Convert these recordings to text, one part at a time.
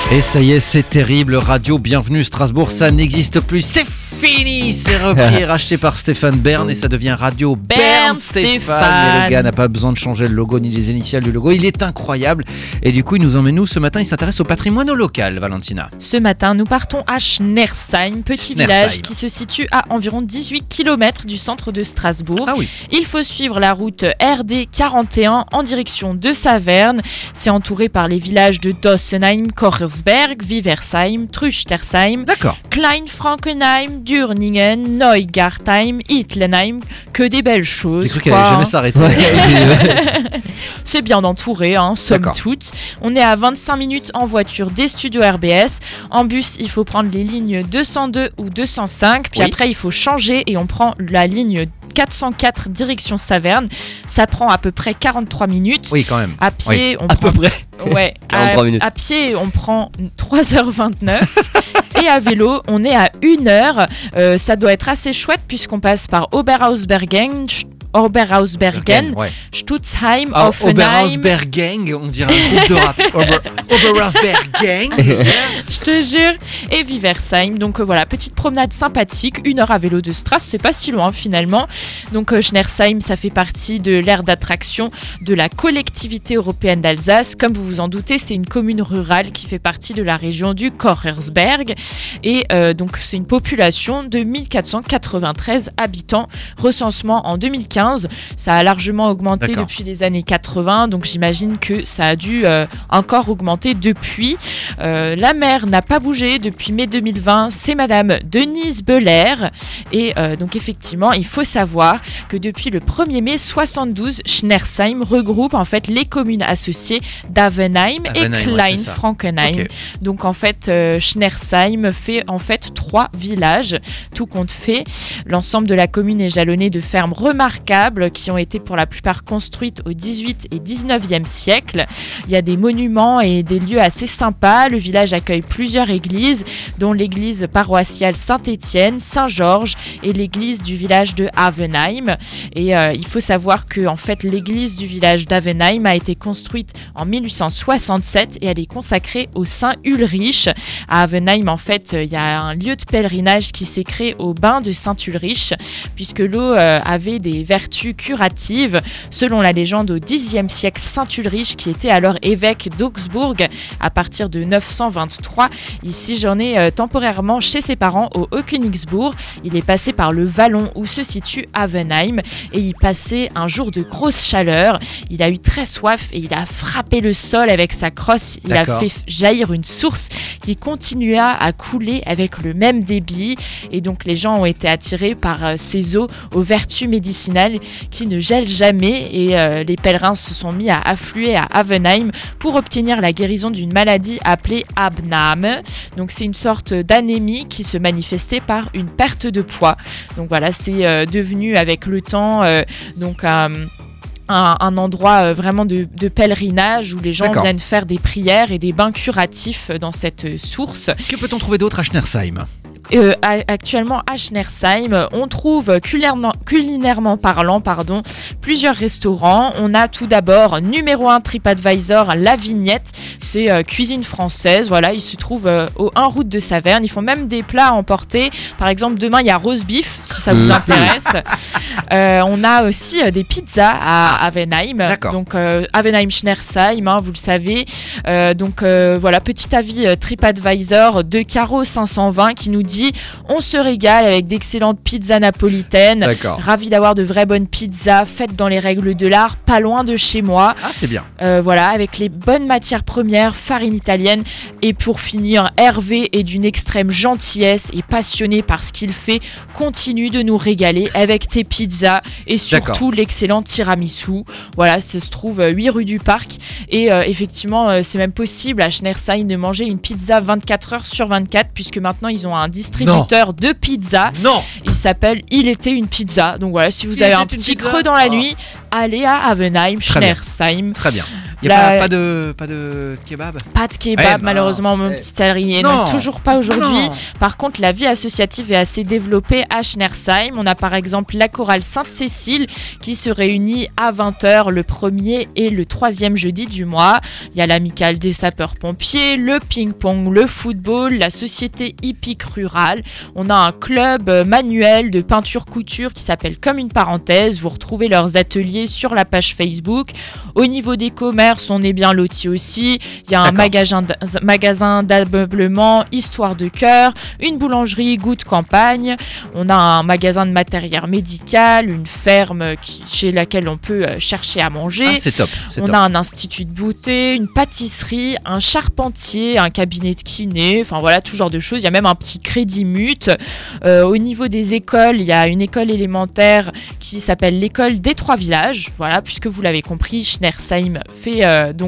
Et ça y est, c'est terrible, Radio Bienvenue Strasbourg, ça n'existe plus, c'est fini, c'est repris et racheté par Stéphane Bern et ça devient Radio Bern Stéphane. Et le gars n'a pas besoin de changer le logo ni les initiales du logo, il est incroyable. Et du coup, il nous emmène où ce matin? Il s'intéresse au patrimoine local, Valentina. Ce matin, nous partons à Schnersheim, petit village qui se situe à environ 18 km du centre de Strasbourg. Ah oui. Il faut suivre la route RD 41 en direction de Saverne. C'est entouré par les villages de Dossenheim, Kochersberg, Wiversheim, Trüchtersheim, Klein-Frankenheim, Dürningen, Neugartheim, Hitlenheim. Que des belles choses. J'ai cru qu'elle allait jamais s'arrêter. C'est bien entouré, somme toute. On est à 25 minutes en voiture des studios RBS. En bus, il faut prendre les lignes 202 ou 205. Puis après, il faut changer et on prend la ligne 404 direction Saverne. Ça prend à peu près 43 minutes. Oui, quand même. À pied, on prend... À peu près. Ouais, 43 minutes. À pied, on prend 3h29. Et à vélo, on est à 1h. Ça doit être assez chouette puisqu'on passe par Oberhausbergen, Stutzheim, Offenheim. Oberhausbergen, on dirait un groupe de rap. Oberhausbergen. Je te jure. Et Wiversheim. Donc voilà, petite promenade sympathique. 1h à vélo de Stras, c'est pas si loin finalement. Donc Schnersheim, ça fait partie de l'aire d'attraction de la collectivité européenne d'Alsace. Comme vous vous en doutez, c'est une commune rurale qui fait partie de la région du Kochersberg. Et donc c'est une population de 1493 habitants. Recensement en 2015. Ça a largement augmenté depuis les années 80, donc j'imagine que ça a dû encore augmenter depuis. La maire n'a pas bougé depuis mai 2020, c'est Madame Denise Beuler. Et donc effectivement, il faut savoir que depuis le 1er mai 72, Schnersheim regroupe en fait les communes associées d'Avenheim et Klein-Frankenheim. Okay. Donc en fait, Schnersheim fait en fait 3 villages, tout compte fait. L'ensemble de la commune est jalonné de fermes remarquables qui ont été pour la plupart construites au 18 et 19e siècle. Il y a des monuments et des lieux assez sympas. Le village accueille plusieurs églises, dont l'église paroissiale Saint-Étienne, Saint-Georges et l'église du village de Avenheim. Et il faut savoir que en fait, l'église du village d'Avenheim a été construite en 1867 et elle est consacrée au Saint Ulrich. À Avenheim, en fait, il y a un lieu de pèlerinage qui s'est créé au bain de Saint Ulrich, puisque l'eau avait des vertus curatives. Selon la légende, au Xe siècle, Saint Ulrich, qui était alors évêque d'Augsbourg à partir de 923, il séjournait temporairement chez ses parents au Haut-Königsbourg. Il est passé par le vallon où se situe Avenheim et il passait un jour de grosse chaleur. Il a eu très soif et il a frappé le sol avec sa crosse. Il a fait jaillir une source qui continua à couler avec le même débit et donc les gens ont été attirés par ces eaux aux vertus médicinales qui ne gèlent jamais et les pèlerins se sont mis à affluer à Avenheim pour obtenir la guérison d'une maladie appelée Abnahme. Donc c'est une sorte d'anémie qui se manifestait par une perte de poids. Donc voilà, c'est devenu avec le temps un endroit vraiment de pèlerinage où les gens viennent faire des prières et des bains curatifs dans cette source. Que peut-on trouver d'autre à Schnersheim ? Actuellement à Schnersheim, on trouve culinairement parlant, plusieurs restaurants. On a tout d'abord numéro 1 TripAdvisor, La Vignette, c'est cuisine française. Voilà, il se trouve au 1 route de Saverne. Ils font même des plats à emporter. Par exemple, demain il y a roast beef si ça vous intéresse. On a aussi des pizzas à Avenheim. Donc Avenheim Schnersheim, vous le savez. Voilà, petit avis TripAdvisor de Caro 520 qui nous dit: on se régale avec d'excellentes pizzas napolitaines. Ravi d'avoir de vraies bonnes pizzas faites dans les règles de l'art, pas loin de chez moi. Ah, c'est bien. Voilà, avec les bonnes matières premières, farine italienne. Et pour finir, Hervé est d'une extrême gentillesse et passionné par ce qu'il fait. Continue de nous régaler avec tes pizzas et surtout l'excellent tiramisu. Voilà, ça se trouve 8 rue du Parc. Et effectivement, c'est même possible à Schnersheim de manger une pizza 24 heures sur 24 puisque maintenant ils ont un distributeur de pizza. Il s'appelle Il était une pizza. Donc voilà, si vous avez un petit creux dans la nuit, allez à Avenheim, Schnersheim. Très bien. Il n'y a pas de kebab. Pas de kebab, malheureusement, mon petit Adrien. Non, toujours pas aujourd'hui. Non. Par contre, la vie associative est assez développée à Schnersheim. On a par exemple la chorale Sainte-Cécile qui se réunit à 20h le 1er et le 3e jeudi du mois. Il y a l'amicale des sapeurs-pompiers, le ping-pong, le football, la société hippique rurale. On a un club manuel de peinture-couture qui s'appelle Comme une parenthèse. Vous retrouvez leurs ateliers sur la page Facebook. Au niveau des commerces, on est bien lotis aussi. Il y a un magasin d'ameublement, Histoire de cœur, une boulangerie, Goût de campagne. On a un magasin de matériel médical, une ferme chez laquelle on peut chercher à manger. Ah, c'est top. On a un institut de beauté, une pâtisserie, un charpentier, un cabinet de kiné, enfin voilà, tout genre de choses. Il y a même un petit crédit mut. Au niveau des écoles, il y a une école élémentaire qui s'appelle l'école des 3 villages. Voilà, puisque vous l'avez compris, Schnersheim fait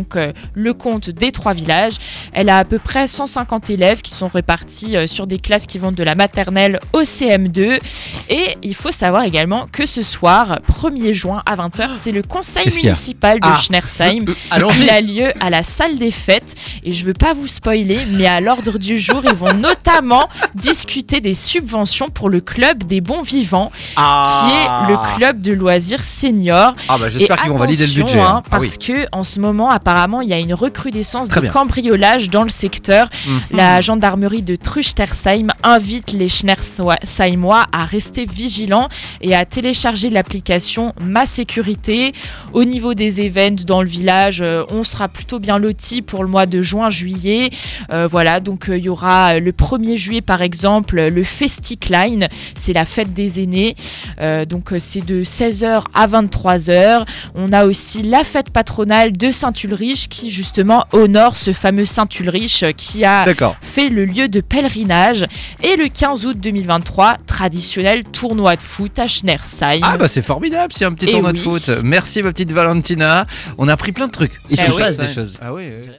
le compte des 3 villages. Elle a à peu près 150 élèves qui sont répartis sur des classes qui vont de la maternelle au CM2. Et il faut savoir également que ce soir, 1er juin à 20h, c'est le conseil municipal de Schnersheim. Il a lieu à la salle des fêtes. Et je ne veux pas vous spoiler, mais à l'ordre du jour, ils vont notamment discuter des subventions pour le club des bons vivants, qui est le club de loisirs seniors. J'espère qu'ils vont valider le budget. Parce que en ce moment, apparemment, il y a une recrudescence de cambriolage dans le secteur. La gendarmerie de Trüchtersheim invite les Schnersheimois à rester vigilants et à télécharger l'application Ma Sécurité. Au niveau des events dans le village, on sera plutôt bien lotis pour le mois de juin-juillet. Voilà, donc il y aura le 1er juillet par exemple le Festiklein, c'est la fête des aînés. Donc c'est de 16h à 23h. On a aussi la fête patronale de Saint-Ulrich qui justement honore ce fameux Saint-Ulrich qui a fait le lieu de pèlerinage. Et le 15 août 2023, traditionnel tournoi de foot à Schnersheim. C'est formidable, c'est un petit tournoi de foot. Merci ma petite Valentina. On a appris plein de trucs. Il se passe des choses. Ah oui.